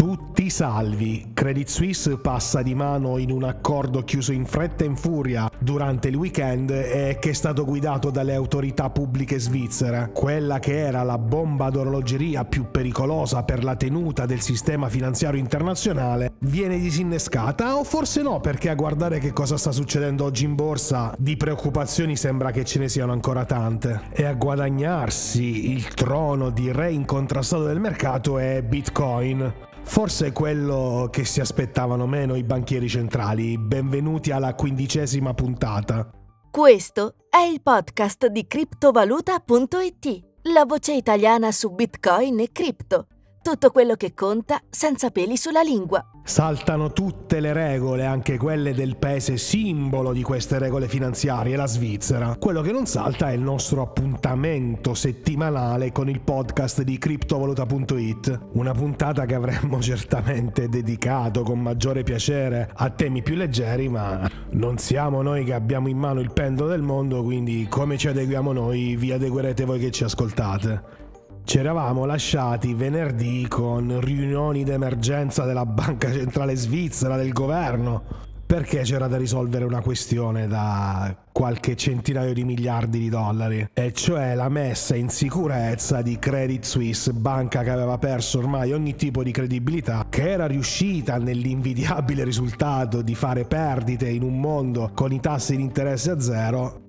Tutti salvi. Credit Suisse passa di mano in un accordo chiuso in fretta e in furia durante il weekend e che è stato guidato dalle autorità pubbliche svizzere. Quella che era la bomba d'orologeria più pericolosa per la tenuta del sistema finanziario internazionale viene disinnescata, o forse no, perché a guardare che cosa sta succedendo oggi in borsa di preoccupazioni sembra che ce ne siano ancora tante. E a guadagnarsi il trono di re incontrastato del mercato è Bitcoin. Forse quello che si aspettavano meno i banchieri centrali. Benvenuti alla 15ª puntata. Questo è il podcast di criptovaluta.it, la voce italiana su Bitcoin e cripto. Tutto quello che conta senza peli sulla lingua. Saltano tutte le regole, anche quelle del paese simbolo di queste regole finanziarie, la Svizzera. Quello che non salta è il nostro appuntamento settimanale con il podcast di criptovaluta.it. Una puntata che avremmo certamente dedicato con maggiore piacere a temi più leggeri, ma non siamo noi che abbiamo in mano il pendolo del mondo, quindi come ci adeguiamo noi, vi adeguerete voi che ci ascoltate. Ci eravamo lasciati venerdì con riunioni d'emergenza della Banca Centrale Svizzera, del governo, perché c'era da risolvere una questione da qualche centinaio di miliardi di dollari, e cioè la messa in sicurezza di Credit Suisse, banca che aveva perso ormai ogni tipo di credibilità, che era riuscita nell'invidiabile risultato di fare perdite in un mondo con i tassi di interesse a zero,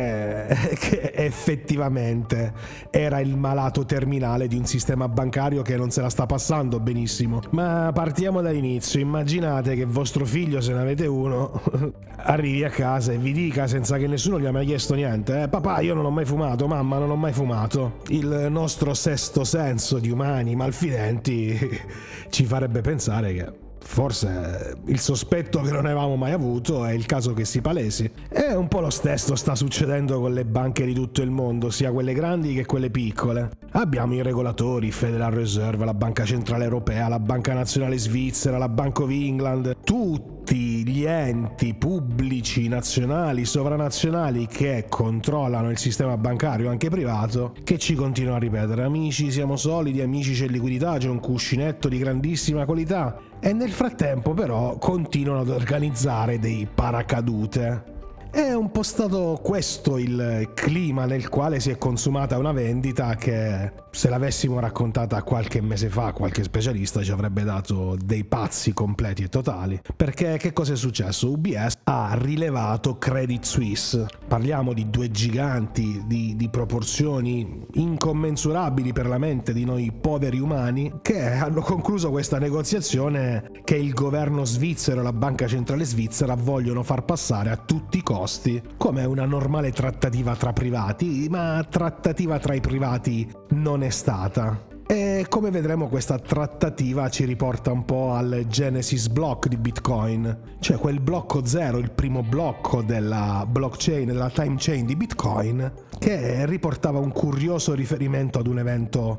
e che effettivamente era il malato terminale di un sistema bancario che non se la sta passando benissimo. Ma partiamo dall'inizio. Immaginate che vostro figlio, se ne avete uno, arrivi a casa e vi dica senza che nessuno gli ha mai chiesto niente: papà, io non ho mai fumato, mamma, non ho mai fumato. Il nostro sesto senso di umani malfidenti ci farebbe pensare che forse il sospetto che non avevamo mai avuto è il caso che si palesi. E un po' lo stesso sta succedendo con le banche di tutto il mondo, sia quelle grandi che quelle piccole. Abbiamo i regolatori, Federal Reserve, la Banca Centrale Europea, la Banca Nazionale Svizzera, la Bank of England, tutti gli enti pubblici nazionali, sovranazionali che controllano il sistema bancario anche privato, che ci continuano a ripetere: amici, siamo solidi, amici, c'è liquidità, c'è un cuscinetto di grandissima qualità. E nel frattempo però continuano ad organizzare dei paracadute. È un po' stato questo il clima nel quale si è consumata una vendita che, se l'avessimo raccontata qualche mese fa, qualche specialista ci avrebbe dato dei pazzi completi e totali. Perché che cosa è successo? UBS ha rilevato Credit Suisse. Parliamo di due giganti di proporzioni incommensurabili per la mente di noi poveri umani, che hanno concluso questa negoziazione che il governo svizzero e la Banca Centrale Svizzera vogliono far passare a tutti i costi come una normale trattativa tra privati, ma trattativa tra i privati non è stata. E come vedremo, questa trattativa ci riporta un po' al Genesis block di Bitcoin, cioè quel blocco zero, il primo blocco della blockchain, della time chain di Bitcoin, che riportava un curioso riferimento ad un evento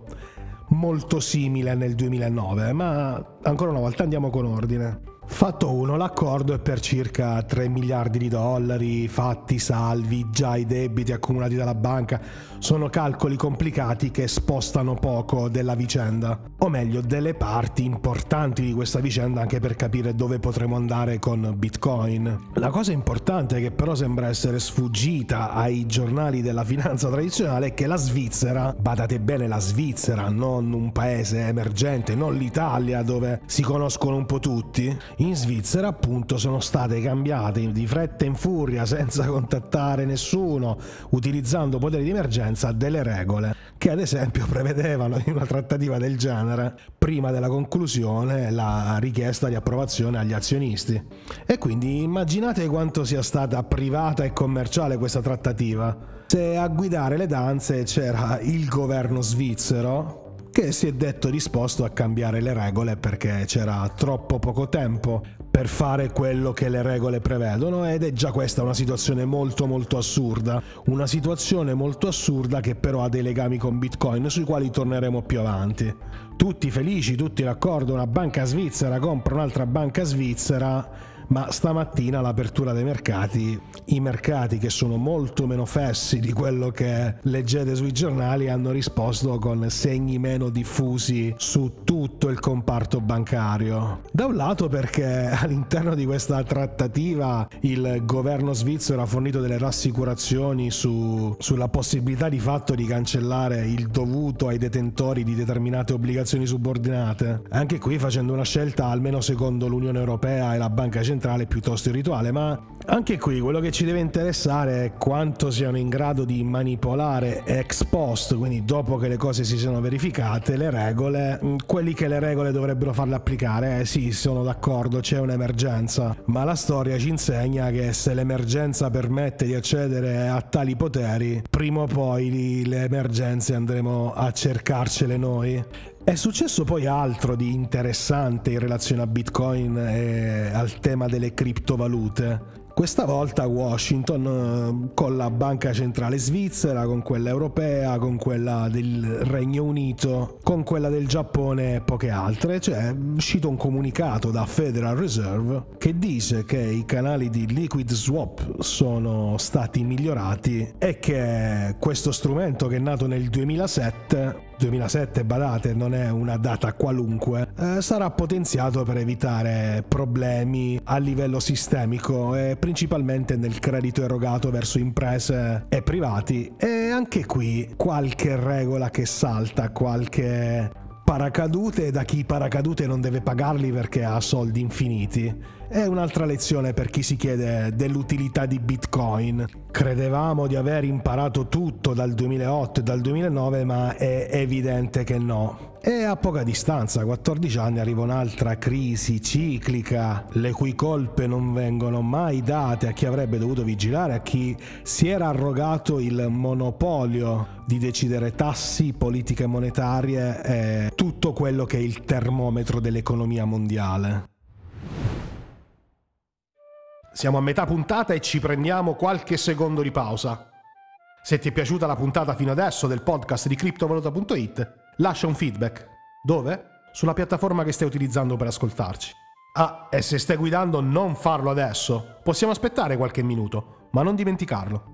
molto simile nel 2009. Ma ancora una volta andiamo con ordine. Fatto 1, l'accordo è per circa 3 miliardi di dollari, fatti salvi già i debiti accumulati dalla banca. Sono calcoli complicati che spostano poco della vicenda, o meglio delle parti importanti di questa vicenda, anche per capire dove potremo andare con Bitcoin. La cosa importante, che però sembra essere sfuggita ai giornali della finanza tradizionale, è che la Svizzera, badate bene, la Svizzera, non un paese emergente, non l'Italia dove si conoscono un po' tutti, in Svizzera appunto sono state cambiate di fretta in furia, senza contattare nessuno, utilizzando poteri di emergenza, delle regole che ad esempio prevedevano in una trattativa del genere, prima della conclusione, la richiesta di approvazione agli azionisti. E quindi immaginate quanto sia stata privata e commerciale questa trattativa, se a guidare le danze c'era il governo svizzero, che si è detto disposto a cambiare le regole perché c'era troppo poco tempo per fare quello che le regole prevedono. Ed è già questa una situazione molto assurda, una situazione molto assurda che però ha dei legami con Bitcoin sui quali torneremo più avanti. Tutti felici, tutti d'accordo, una banca svizzera compra un'altra banca svizzera, Ma stamattina all'apertura dei mercati, i mercati che sono molto meno fessi di quello che leggete sui giornali hanno risposto con segni meno diffusi su tutto il comparto bancario. Da un lato perché all'interno di questa trattativa il governo svizzero ha fornito delle rassicurazioni sulla possibilità di fatto di cancellare il dovuto ai detentori di determinate obbligazioni subordinate, anche qui facendo una scelta almeno secondo l'Unione Europea e la Banca Centrale piuttosto irrituale, ma anche qui quello che ci deve interessare è quanto siano in grado di manipolare ex post, quindi dopo che le cose si siano verificate, le regole, quelli che le regole dovrebbero farle applicare. Sì, sono d'accordo, c'è un'emergenza, ma la storia ci insegna che se l'emergenza permette di accedere a tali poteri, prima o poi le emergenze andremo a cercarcele noi. È successo poi altro di interessante in relazione a Bitcoin e al tema delle criptovalute. Questa volta Washington, con la banca centrale svizzera, con quella europea, con quella del Regno Unito, con quella del Giappone e poche altre, è uscito un comunicato da Federal Reserve che dice che i canali di liquid swap sono stati migliorati e che questo strumento, che è nato nel 2007, badate, non è una data qualunque, sarà potenziato per evitare problemi a livello sistemico e principalmente nel credito erogato verso imprese e privati. E anche qui qualche regola che salta, qualche paracadute da chi paracadute non deve pagarli perché ha soldi infiniti. È un'altra lezione per chi si chiede dell'utilità di Bitcoin. Credevamo di aver imparato tutto dal 2008 e dal 2009, ma è evidente che no. E a poca distanza, 14 anni, arriva un'altra crisi ciclica, le cui colpe non vengono mai date a chi avrebbe dovuto vigilare, a chi si era arrogato il monopolio di decidere tassi, politiche monetarie e tutto quello che è il termometro dell'economia mondiale. Siamo a metà puntata e ci prendiamo qualche secondo di pausa. Se ti è piaciuta la puntata fino adesso del podcast di criptovaluta.it, lascia un feedback. Dove? Sulla piattaforma che stai utilizzando per ascoltarci. Ah, e se stai guidando non farlo adesso. Possiamo aspettare qualche minuto, ma non dimenticarlo.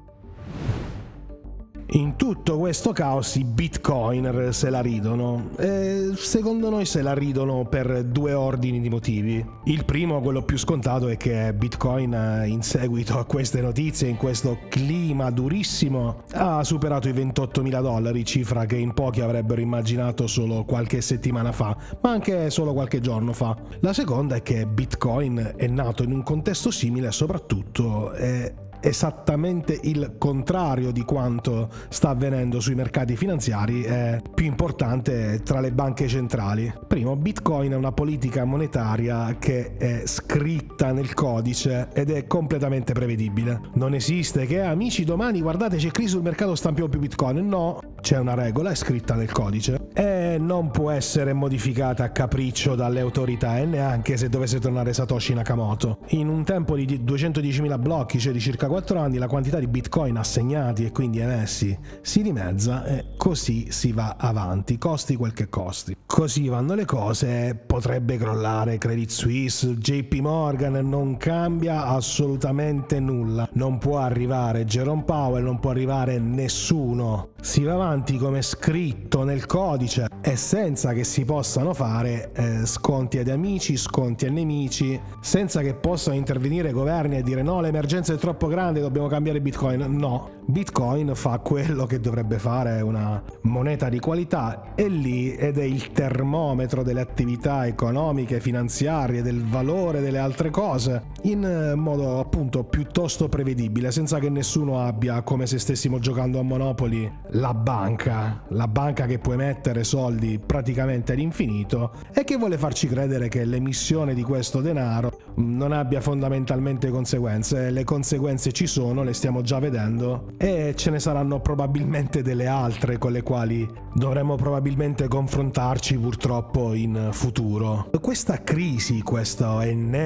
In tutto questo caos i bitcoiner se la ridono e secondo noi se la ridono per due ordini di motivi. Il primo, quello più scontato, è che Bitcoin in seguito a queste notizie, in questo clima durissimo, ha superato i $28.000, cifra che in pochi avrebbero immaginato solo qualche settimana fa, ma anche solo qualche giorno fa. La seconda è che Bitcoin è nato in un contesto simile e soprattutto è esattamente il contrario di quanto sta avvenendo sui mercati finanziari e più importante tra le banche centrali. Primo, Bitcoin è una politica monetaria che è scritta nel codice ed è completamente prevedibile. Non esiste che amici domani guardate c'è crisi sul mercato, stampiamo più Bitcoin. No, c'è una regola, è scritta nel codice e non può essere modificata a capriccio dalle autorità, e neanche se dovesse tornare Satoshi Nakamoto. In un tempo di 210.000 blocchi, cioè di circa 4 anni, la quantità di Bitcoin assegnati e quindi emessi si dimezza e così si va avanti, costi quel che costi. Così vanno le cose, potrebbe crollare Credit Suisse, JP Morgan, non cambia assolutamente nulla. Non può arrivare Jerome Powell, non può arrivare nessuno. Si va avanti come scritto nel codice e senza che si possano fare sconti ad amici, sconti a nemici, senza che possano intervenire governi e dire no, l'emergenza è troppo grande, dobbiamo cambiare Bitcoin. No, Bitcoin fa quello che dovrebbe fare una moneta di qualità, è lì ed è il termometro delle attività economiche, finanziarie, del valore delle altre cose, in modo appunto piuttosto prevedibile, senza che nessuno abbia, come se stessimo giocando a Monopoli, la banca che può emettere soldi praticamente all'infinito e che vuole farci credere che l'emissione di questo denaro non abbia fondamentalmente conseguenze. Le conseguenze ci sono, le stiamo già vedendo e ce ne saranno probabilmente delle altre con le quali dovremo probabilmente confrontarci purtroppo in futuro. Questa crisi, questo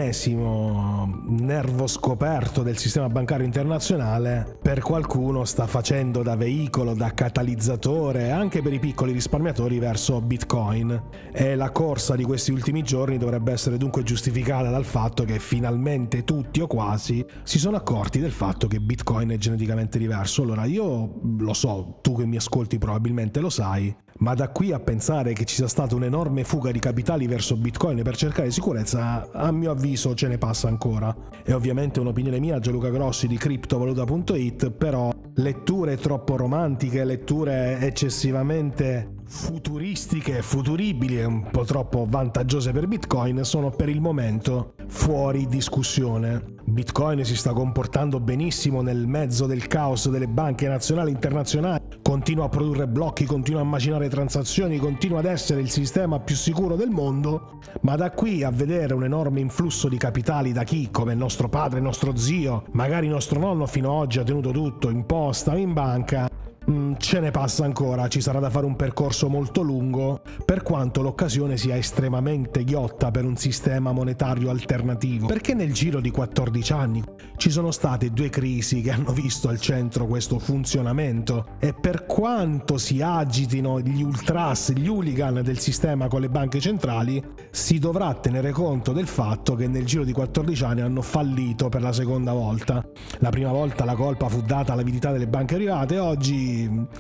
ennesimo nervo scoperto del sistema bancario internazionale, per qualcuno sta facendo da veicolo, da catalizzatore anche per i piccoli risparmiatori verso Bitcoin, e la corsa di questi ultimi giorni dovrebbe essere dunque giustificata dal fatto che finalmente tutti o quasi si sono accorti del fatto che Bitcoin è geneticamente diverso. Allora, io lo so, tu che mi ascolti probabilmente lo sai, ma da qui a pensare che ci sia stata un'enorme fuga di capitali verso Bitcoin per cercare sicurezza, a mio avviso ce ne passa ancora. È ovviamente un'opinione mia, Gianluca Grossi di criptovaluta.it, però letture troppo romantiche, letture eccessivamente futuristiche, futuribili e un po' troppo vantaggiose per Bitcoin sono per il momento fuori discussione. Bitcoin si sta comportando benissimo nel mezzo del caos delle banche nazionali e internazionali, continua a produrre blocchi, continua a macinare transazioni, continua ad essere il sistema più sicuro del mondo, ma da qui a vedere un enorme influsso di capitali da chi, come il nostro padre, il nostro zio, magari il nostro nonno fino ad oggi ha tenuto tutto in posta o in banca, ce ne passa ancora, ci sarà da fare un percorso molto lungo, per quanto l'occasione sia estremamente ghiotta per un sistema monetario alternativo, perché nel giro di 14 anni ci sono state 2 crisi che hanno visto al centro questo funzionamento, e per quanto si agitino gli ultras, gli hooligan del sistema con le banche centrali, si dovrà tenere conto del fatto che nel giro di 14 anni hanno fallito per la seconda volta. La prima volta la colpa fu data all'avidità delle banche private, oggi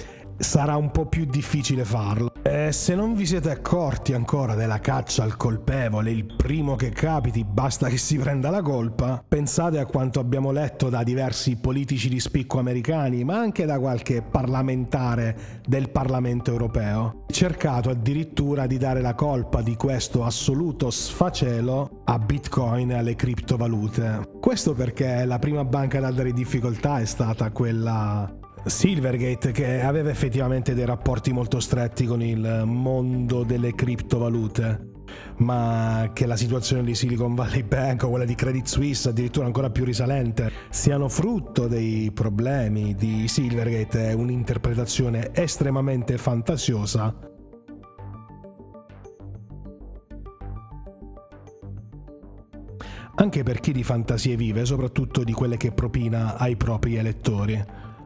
sarà un po' più difficile farlo. E se non vi siete accorti ancora della caccia al colpevole, il primo che capiti basta che si prenda la colpa, pensate a quanto abbiamo letto da diversi politici di spicco americani, ma anche da qualche parlamentare del Parlamento europeo, cercato addirittura di dare la colpa di questo assoluto sfacelo a Bitcoin e alle criptovalute. Questo perché la prima banca ad avere difficoltà è stata quella Silvergate, che aveva effettivamente dei rapporti molto stretti con il mondo delle criptovalute, ma che la situazione di Silicon Valley Bank o quella di Credit Suisse, addirittura ancora più risalente, siano frutto dei problemi di Silvergate è un'interpretazione estremamente fantasiosa, anche per chi di fantasie vive, soprattutto di quelle che propina ai propri elettori.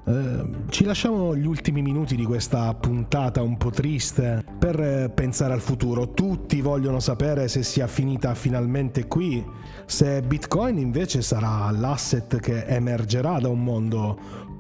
Ci lasciamo gli ultimi minuti di questa puntata un po' triste per pensare al futuro. Tutti vogliono sapere se sia finita finalmente qui, se Bitcoin invece sarà l'asset che emergerà da un mondo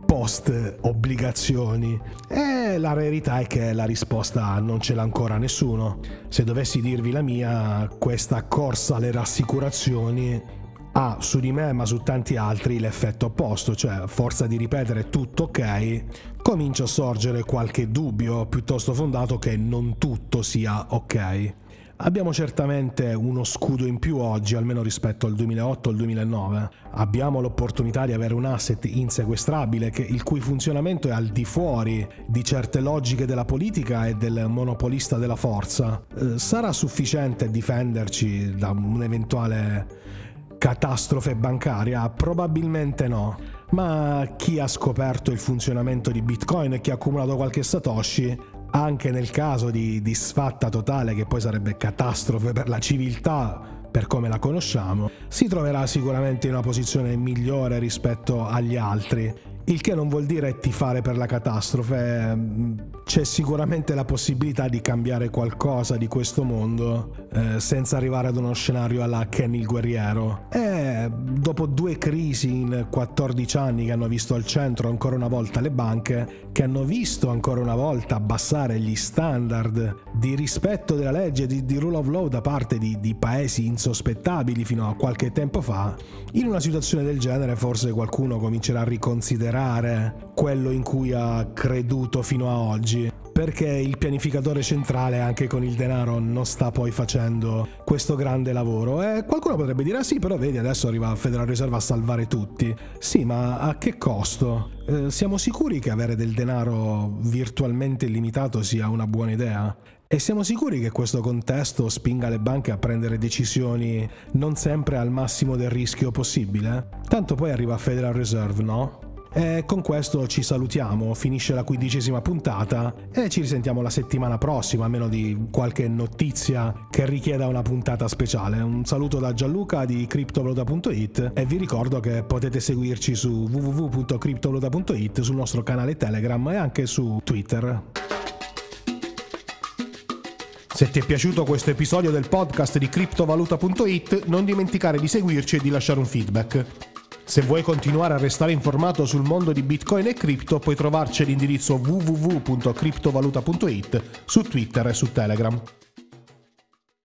post obbligazioni, e la verità è che la risposta non ce l'ha ancora nessuno. Se dovessi dirvi la mia, questa corsa alle rassicurazioni ha su di me, ma su tanti altri, l'effetto opposto, cioè a forza di ripetere tutto ok, comincia a sorgere qualche dubbio piuttosto fondato che non tutto sia ok. Abbiamo certamente uno scudo in più oggi, almeno rispetto al 2008 o al 2009. Abbiamo l'opportunità di avere un asset insequestrabile il cui funzionamento è al di fuori di certe logiche della politica e del monopolista della forza. Sarà sufficiente difenderci da un'eventuale catastrofe bancaria? Probabilmente no, ma chi ha scoperto il funzionamento di Bitcoin e chi ha accumulato qualche satoshi, anche nel caso di disfatta totale, che poi sarebbe catastrofe per la civiltà per come la conosciamo, si troverà sicuramente in una posizione migliore rispetto agli altri. Il che non vuol dire tifare per la catastrofe, c'è sicuramente la possibilità di cambiare qualcosa di questo mondo senza arrivare ad uno scenario alla Kenny il guerriero. E dopo 2 crisi in 14 anni che hanno visto al centro ancora una volta le banche, che hanno visto ancora una volta abbassare gli standard di rispetto della legge, di rule of law da parte di paesi insospettabili fino a qualche tempo fa, in una situazione del genere forse qualcuno comincerà a riconsiderare quello in cui ha creduto fino a oggi, perché il pianificatore centrale anche con il denaro non sta poi facendo questo grande lavoro. E qualcuno potrebbe dire: ah sì, però vedi, adesso arriva la Federal Reserve a salvare tutti. Sì, ma a che costo? Siamo sicuri che avere del denaro virtualmente illimitato sia una buona idea? E siamo sicuri che questo contesto spinga le banche a prendere decisioni non sempre al massimo del rischio possibile? Tanto poi arriva Federal Reserve, no? E con questo ci salutiamo, finisce la 15ª puntata e ci risentiamo la settimana prossima, a meno di qualche notizia che richieda una puntata speciale. Un saluto da Gianluca di CryptoValuta.it e vi ricordo che potete seguirci su www.cryptovaluta.it, sul nostro canale Telegram e anche su Twitter. Se ti è piaciuto questo episodio del podcast di CryptoValuta.it, non dimenticare di seguirci e di lasciare un feedback. Se vuoi continuare a restare informato sul mondo di Bitcoin e cripto, puoi trovarci all'indirizzo www.cryptovaluta.it su Twitter e su Telegram.